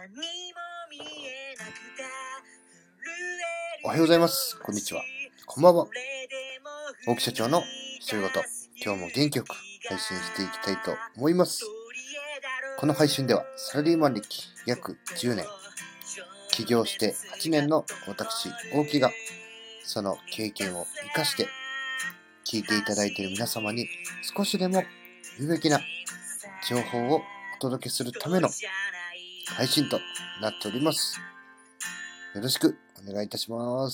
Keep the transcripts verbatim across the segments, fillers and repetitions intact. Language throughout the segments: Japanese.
おはようございます。こんにちは。こんばんは。大木社長のそういうこと。今日も元気よく配信していきたいと思います。この配信ではサラリーマン歴約じゅうねん、起業してはちねんの私、大木がその経験を生かして聞いていただいている皆様に少しでも有益な情報をお届けするための配信となっております。よろしくお願いいたします。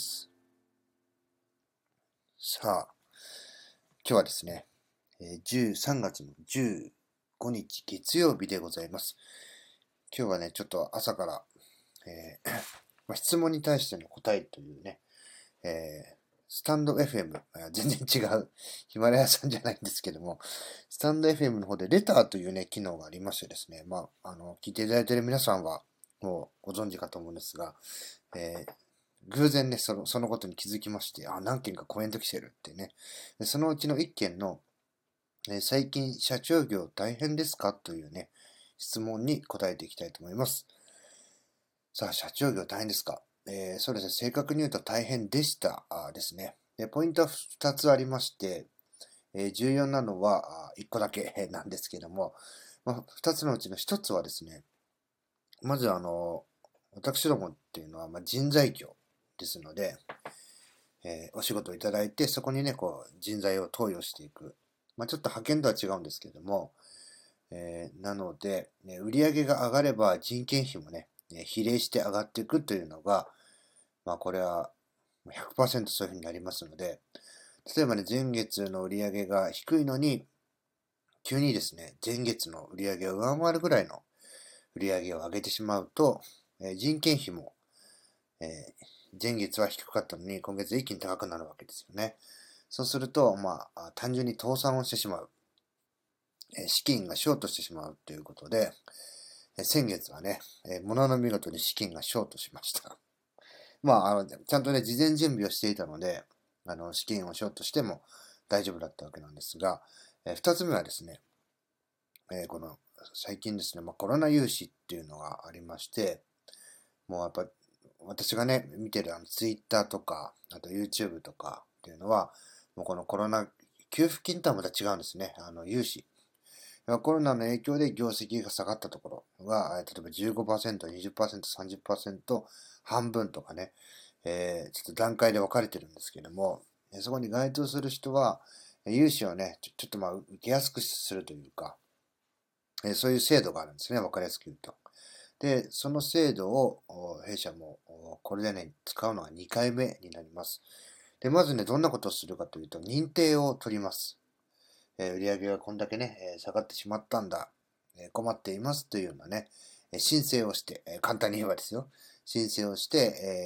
さあ、今日はですね、じゅうさんがつのじゅうごにち月曜日でございます。今日はね、ちょっと朝から、えーまあ、質問に対しての答えというね、えー、スタンド エフエム、全然違うヒマラヤさんじゃないんですけども、スタンド エフエム の方でレターというね、機能がありましてですね、まあ、あの、聞いていただいている皆さんはもうご存知かと思うんですが、えー偶然ね、その、そのことに気づきまして、あ、何件かコメント来てるってね。でそのうちのいっけんの、えー最近社長業大変ですかというね、質問に答えていきたいと思います。さあ、社長業大変ですか、えーそうですね、正確に言うと大変でしたあですね。でポイントはふたつありまして、えー重要なのはあいっこだけなんですけども、まあ、ふたつのうちのひとつはですね、まずあの、私どもっていうのは、まあ、人材業ですので、えーお仕事をいただいて、そこにね、こう、人材を投与していく。まあ、ちょっと派遣とは違うんですけども、えーなので、ね、売上が上がれば人件費もね、ね比例して上がっていくというのが、まあ、これはひゃくパーセントそういうふうになりますので、例えばね、前月の売上が低いのに、急にですね、前月の売上を上回るぐらいの売上を上げてしまうと、えー人件費も、えー前月は低かったのに、今月一気に高くなるわけですよね。そうすると、まあ、単純に倒産をしてしまう。えー資金がショートしてしまうということで、えー先月はね、えー、ものの見事に資金がショートしました。まあ、あの、ちゃんとね、事前準備をしていたので、あの、資金をショートしても大丈夫だったわけなんですが、えー二つ目はですね、えーこの、最近ですね、まあ、コロナ融資っていうのがありまして、もうやっぱ、私がね、見てるあの Twitter とか、あと YouTube とかっていうのは、もうこのコロナ給付金とはまた違うんですね。あの、融資。コロナの影響で業績が下がったところが、例えばじゅうごパーセント、にじゅっパーセント、さんじゅっパーセント、半分とかね、えーちょっと段階で分かれてるんですけども、そこに該当する人は、融資をね、ちょちょっとまあ受けやすくするというか、えーそういう制度があるんですね、分かりやすく言うと。で、その制度を弊社もこれでね、使うのがにかいめになります。で、まずね、どんなことをするかというと、認定を取ります。えー売上がこんだけね、えー下がってしまったんだ、えー困っていますというようなね、えー申請をして、えー簡単に言えばですよ、申請をして、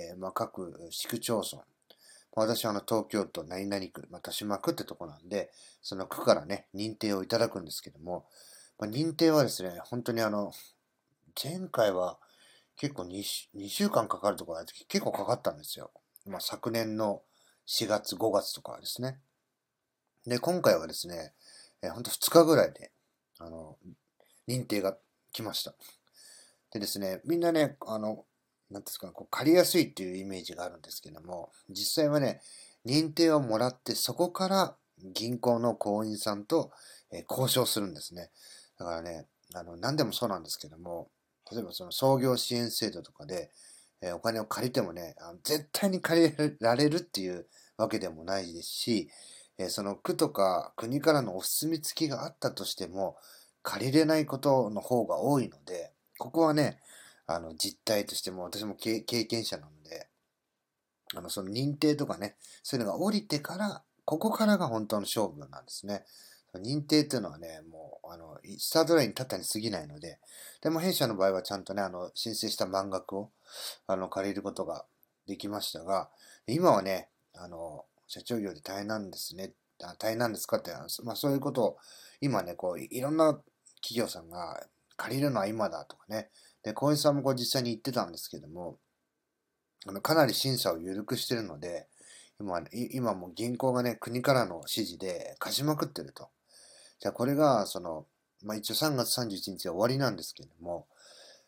えーまあ、各市区町村、私はあの東京都何々区、まあ、豊島区ってとこなんで、その区からね、認定をいただくんですけども、まあ、認定はですね、本当にあの、前回は結構 2, にしゅうかんかかるところが結構かかったんですよ。まあ、昨年のしがつ、ごがつとかですね。で、今回はですね、えー、ほんとふつかぐらいで、あの、認定が来ました。でですね、みんなね、あの、なんですか、こう借りやすいっていうイメージがあるんですけども、実際はね、認定をもらって、そこから銀行の行員さんと、えー交渉するんですね。だからね、あの、何でもそうなんですけども、例えばその創業支援制度とかで、えーお金を借りてもね、あの絶対に借りられるっていうわけでもないですし、えーその区とか国からのお墨付きがあったとしても、借りれないことの方が多いので、ここはね、あの、実態としても、私も経経験者なので、あの、その認定とかね、そういうのが降りてから、ここからが本当の勝負なんですね。認定っていうのはね、もう、あの、スタートラインに立ったに過ぎないので、でも弊社の場合はちゃんとね、あの、申請した満額を、あの、借りることができましたが、今はね、あの、社長業で大変なんですね。あ大変なんですかって、まあそういうことを、今ね、こう、いろんな企業さんが、借りるのは今だとかね、で、小林さんもこう実際に言ってたんですけども、あの、かなり審査を緩くしてるので、今、い今もう銀行がね、国からの指示で貸しまくってると。じゃあこれが、その、まあ一応さんがつさんじゅういちにちは終わりなんですけれども、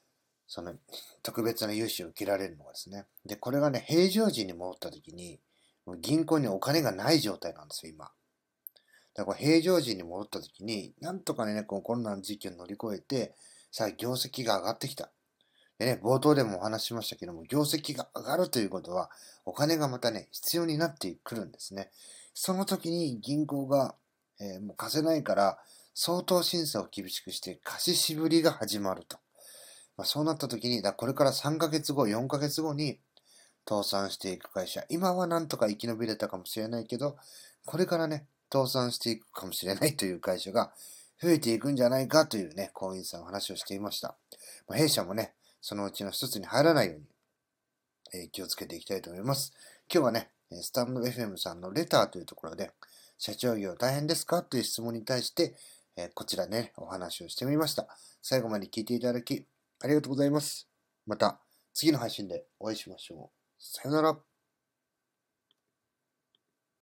その特別な融資を受けられるのがですね。で、これがね、平常時に戻った時に、もう銀行にお金がない状態なんですよ、今。だから平常時に戻った時に、なんとかね、このコロナの時期を乗り越えて、さあ業績が上がってきた。でね、冒頭でもお話ししましたけども、業績が上がるということは、お金がまたね、必要になってくるんですね。その時に銀行が、えーもう貸せないから、相当審査を厳しくして貸し渋りが始まると。まあ、そうなった時に、だこれからさんかげつご、よんかげつごに倒産していく会社、今はなんとか生き延びれたかもしれないけど、これからね、倒産していくかもしれないという会社が増えていくんじゃないかというね、行員さんは話をしていました。まあ、弊社もね、そのうちの一つに入らないように、えー気をつけていきたいと思います。今日はね、スタンド エフエム さんのレターというところで、社長業大変ですかという質問に対して、えーこちらね、お話をしてみました。最後まで聞いていただき、ありがとうございます。また、次の配信でお会いしましょう。さよなら。